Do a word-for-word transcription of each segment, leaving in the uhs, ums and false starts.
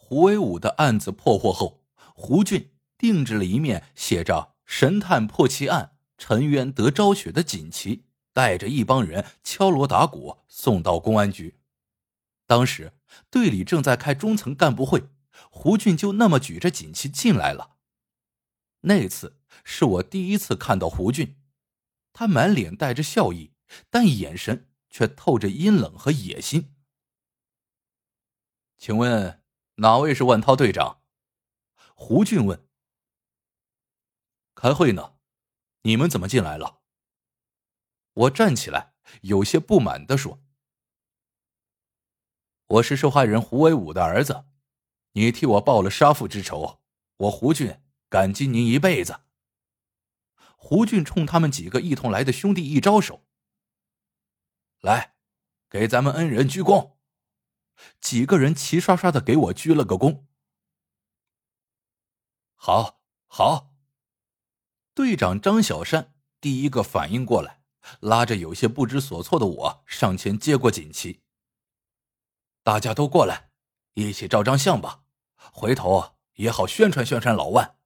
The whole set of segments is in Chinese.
胡威武的案子破获后，胡俊定制了一面写着神探破奇案，沉冤得昭雪的锦旗，带着一帮人敲锣打鼓送到公安局。当时队里正在开中层干部会，胡俊就那么举着锦旗进来了。那次是我第一次看到胡俊，他满脸带着笑意，但眼神却透着阴冷和野心。请问哪位是万涛队长？胡俊问。开会呢，你们怎么进来了？我站起来，有些不满地说。我是受害人胡威武的儿子，你替我报了杀父之仇，我胡俊感激您一辈子。胡俊冲他们几个一同来的兄弟一招手。来，给咱们恩人鞠躬。几个人齐刷刷的给我鞠了个躬。好，好。队长张小山第一个反应过来，拉着有些不知所措的我上前接过锦旗。大家都过来，一起照张相吧，回头也好宣传宣传老万。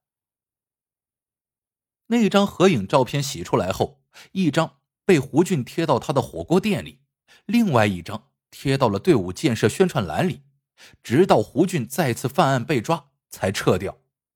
那张合影照片洗出来后，一张被胡俊贴到他的火锅店里，另外一张贴到了队伍建设宣传栏里，直到胡俊再次犯案被抓才撤掉。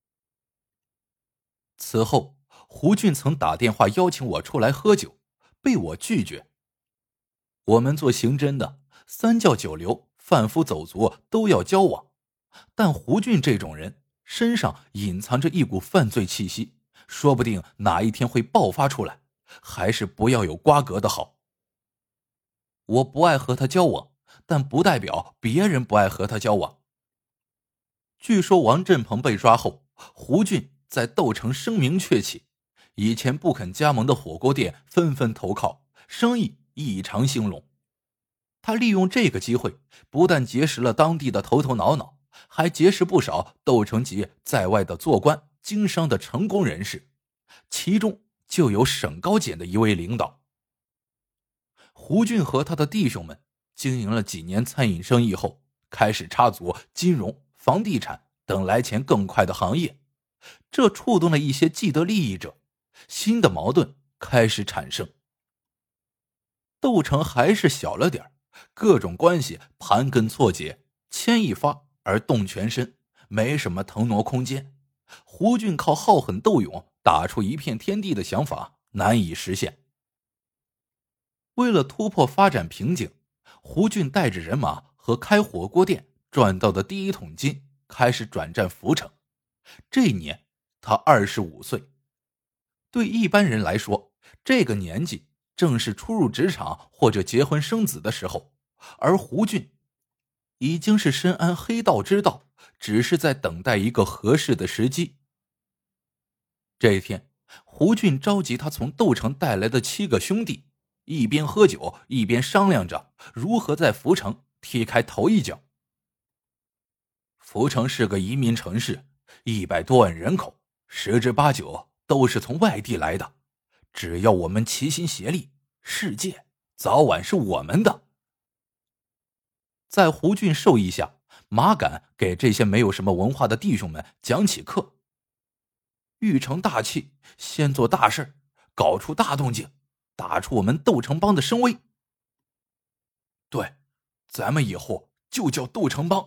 此后，胡俊曾打电话邀请我出来喝酒，被我拒绝。我们做刑侦的，三教九流、贩夫走卒都要交往，但胡俊这种人身上隐藏着一股犯罪气息，说不定哪一天会爆发出来，还是不要有瓜葛的好。我不爱和他交往，但不代表别人不爱和他交往。据说王振鹏被抓后，胡俊在斗城声名鹊起，以前不肯加盟的火锅店纷纷投靠，生意异常兴隆。他利用这个机会，不但结识了当地的头头脑脑，还结识不少斗城级在外的做官经商的成功人士，其中就有省高检的一位领导。胡俊和他的弟兄们经营了几年餐饮生意后，开始插足金融、房地产等来钱更快的行业，这触动了一些既得利益者，新的矛盾开始产生。斗城还是小了点，各种关系盘根错节，牵一发而动全身，没什么腾挪空间。胡俊靠好狠斗勇打出一片天地的想法难以实现。为了突破发展瓶颈，胡俊带着人马和开火锅店赚到的第一桶金开始转战浮城。这一年他二十五岁，对一般人来说，这个年纪正是初入职场或者结婚生子的时候，而胡俊已经是深谙黑道之道，只是在等待一个合适的时机。这一天，胡俊召集他从斗城带来的七个兄弟，一边喝酒一边商量着如何在浮城踢开头一脚。浮城是个移民城市，一百多万人口，十之八九都是从外地来的，只要我们齐心协力，世界早晚是我们的。在胡俊授意下，马杆给这些没有什么文化的弟兄们讲起课。欲成大器，先做大事，搞出大动静，打出我们斗城帮的声威。对，咱们以后就叫斗城帮。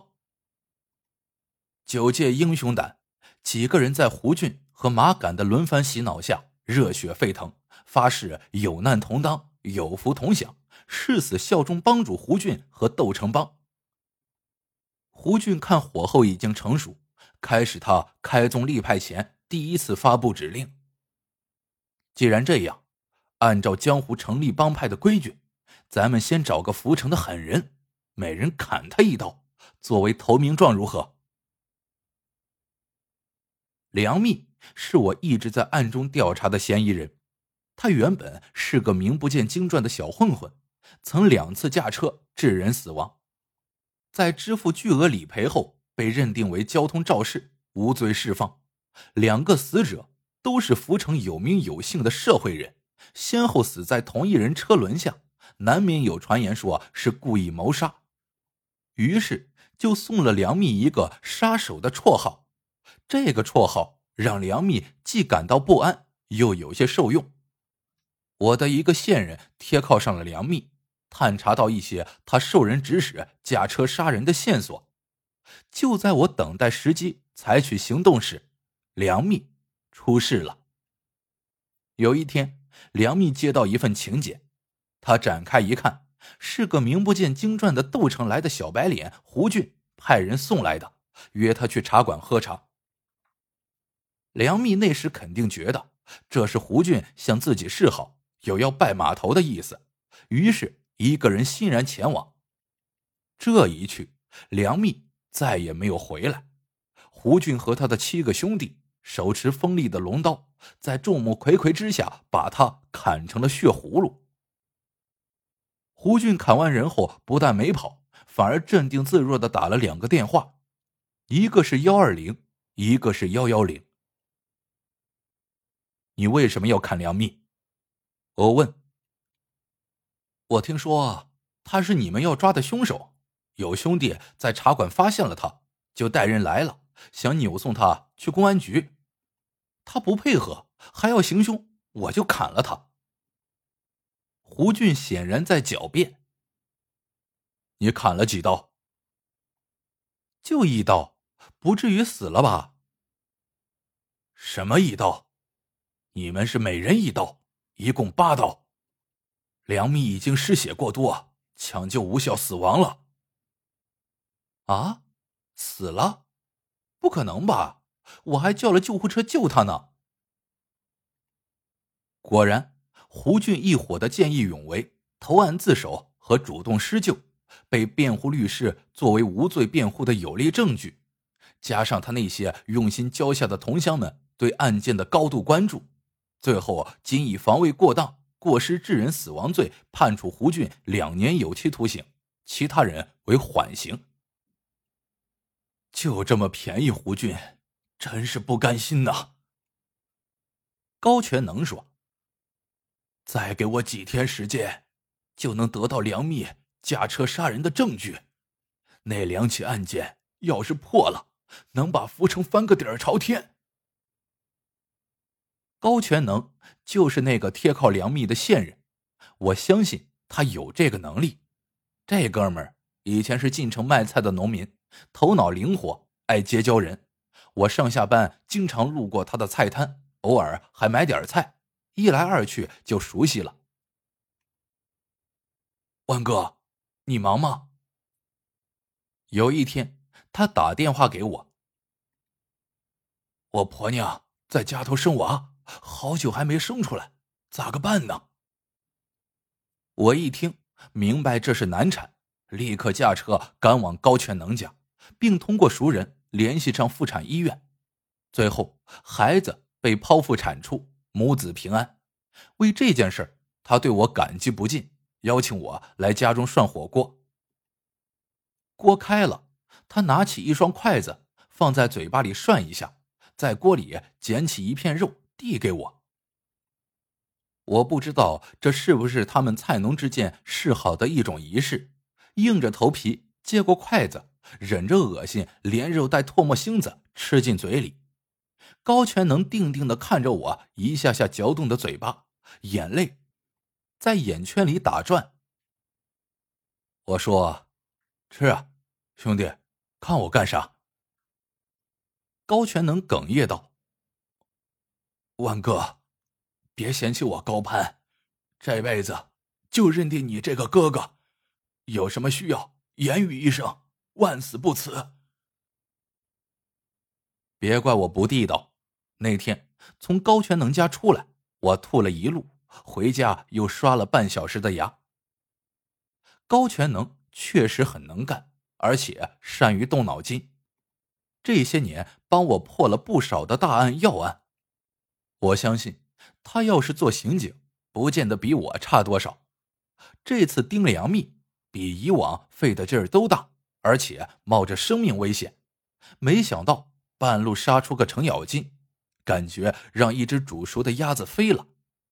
九届英雄胆，几个人在胡俊和马杆的轮番洗脑下热血沸腾，发誓有难同当，有福同享，誓死效忠帮主胡俊和斗城帮。胡俊看火候已经成熟，开始他开宗立派前第一次发布指令。既然这样，按照江湖成立帮派的规矩，咱们先找个浮城的狠人，每人砍他一刀，作为投名状如何？梁密是我一直在暗中调查的嫌疑人，他原本是个名不见经传的小混混，曾两次驾车致人死亡，在支付巨额理赔后被认定为交通肇事，无罪释放。两个死者都是浮城有名有姓的社会人，先后死在同一人车轮下，难免有传言说是故意谋杀。于是就送了梁密一个杀手的绰号。这个绰号让梁密既感到不安，又有些受用。我的一个线人贴靠上了梁密，探查到一些他受人指使驾车杀人的线索。就在我等待时机采取行动时，梁密出事了。有一天，梁密接到一份请柬，他展开一看，是个名不见经传的窦城来的小白脸胡俊派人送来的，约他去茶馆喝茶。梁密那时肯定觉得这是胡俊向自己示好，有要拜码头的意思，于是一个人欣然前往。这一去，梁密再也没有回来。胡俊和他的七个兄弟手持锋利的龙刀，在众目睽睽之下把他砍成了血葫芦。胡俊砍完人后不但没跑，反而镇定自若地打了两个电话，一个是一二零，一个是一一零。你为什么要砍梁密？我问。我听说他是你们要抓的凶手，有兄弟在茶馆发现了他，就带人来了，想扭送他去公安局。他不配合，还要行凶，我就砍了他。胡俊显然在狡辩。你砍了几刀？就一刀，不至于死了吧？什么一刀？你们是每人一刀，一共八刀。梁密已经失血过多，抢救无效死亡了。啊？死了？不可能吧，我还叫了救护车救他呢。果然，胡俊一伙的见义勇为、投案自首和主动施救，被辩护律师作为无罪辩护的有力证据，加上他那些用心教下的同乡们对案件的高度关注，最后仅以防卫过当、过失致人死亡罪判处胡俊两年有期徒刑，其他人为缓刑。就这么便宜胡俊，真是不甘心呐。高全能说，再给我几天时间，就能得到梁密驾车杀人的证据。那两起案件要是破了，能把福城翻个底儿朝天。高全能就是那个贴靠梁密的线人，我相信他有这个能力。这哥们儿以前是进城卖菜的农民，头脑灵活，爱结交人。我上下班经常路过他的菜摊，偶尔还买点菜，一来二去就熟悉了。万哥，你忙吗？有一天，他打电话给我，我婆娘在家头生娃，好久还没生出来，咋个办呢？我一听明白这是难产，立刻驾车赶往高全能家，并通过熟人联系上妇产医院。最后孩子被剖腹产出，母子平安。为这件事他对我感激不尽，邀请我来家中涮火锅。锅开了，他拿起一双筷子放在嘴巴里涮一下，在锅里捡起一片肉递给我。我不知道这是不是他们菜农之间示好的一种仪式，硬着头皮接过筷子，忍着恶心连肉带唾沫星子吃进嘴里。高全能定定地看着我一下下嚼动的嘴巴，眼泪在眼圈里打转。我说，吃啊，兄弟，看我干啥？高全能哽咽道，万哥，别嫌弃我高攀，这辈子就认定你这个哥哥，有什么需要言语一声，万死不辞。别怪我不地道，那天从高全能家出来，我吐了一路，回家又刷了半小时的牙。高全能确实很能干，而且善于动脑筋，这些年帮我破了不少的大案要案。我相信他要是做刑警，不见得比我差多少。这次盯梁密比以往费的劲儿都大，而且冒着生命危险。没想到半路杀出个程咬金，感觉让一只煮熟的鸭子飞了。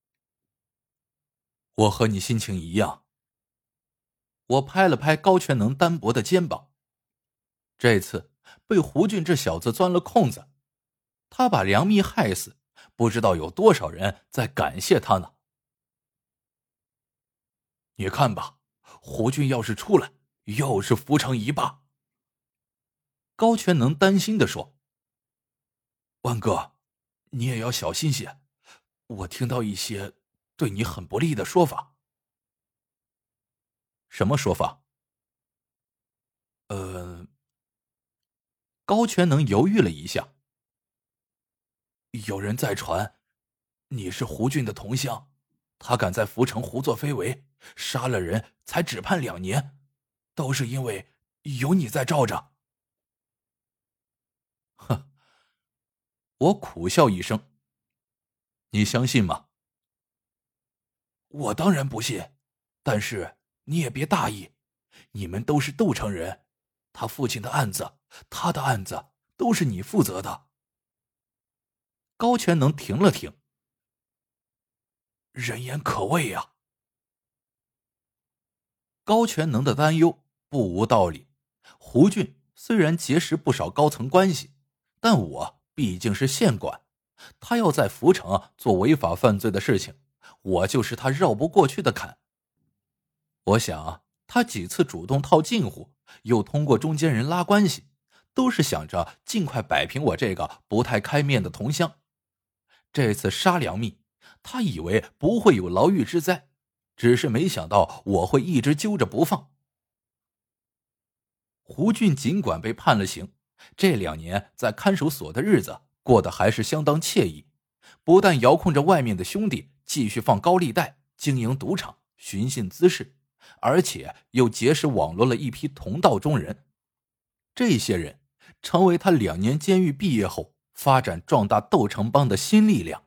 我和你心情一样。我拍了拍高全能单薄的肩膀。 这次被胡俊这小子钻了空子，他把梁密害死，不知道有多少人在感谢他呢。你看吧，胡俊要是出来，又是浮城一霸。高全能担心地说：万哥，你也要小心些，我听到一些对你很不利的说法。什么说法？呃，高全能犹豫了一下。有人在传，你是胡俊的同乡，他敢在浮城胡作非为，杀了人才只判两年，都是因为有你在罩着。哼，我苦笑一声。你相信吗？我当然不信，但是你也别大意，你们都是斗城人，他父亲的案子，他的案子都是你负责的。高全能停了停。人言可畏呀、啊。高全能的担忧不无道理。胡俊虽然结识不少高层关系，但我毕竟是县管，他要在浮城做违法犯罪的事情，我就是他绕不过去的坎。我想他几次主动套近乎，又通过中间人拉关系，都是想着尽快摆平我这个不太开面的同乡。这次杀梁密，他以为不会有牢狱之灾，只是没想到我会一直揪着不放。胡俊尽管被判了刑，这两年在看守所的日子过得还是相当惬意，不但遥控着外面的兄弟继续放高利贷、经营赌场、寻衅滋事，而且又结识网罗了一批同道中人。这些人成为他两年监狱毕业后发展壮大斗城帮的新力量。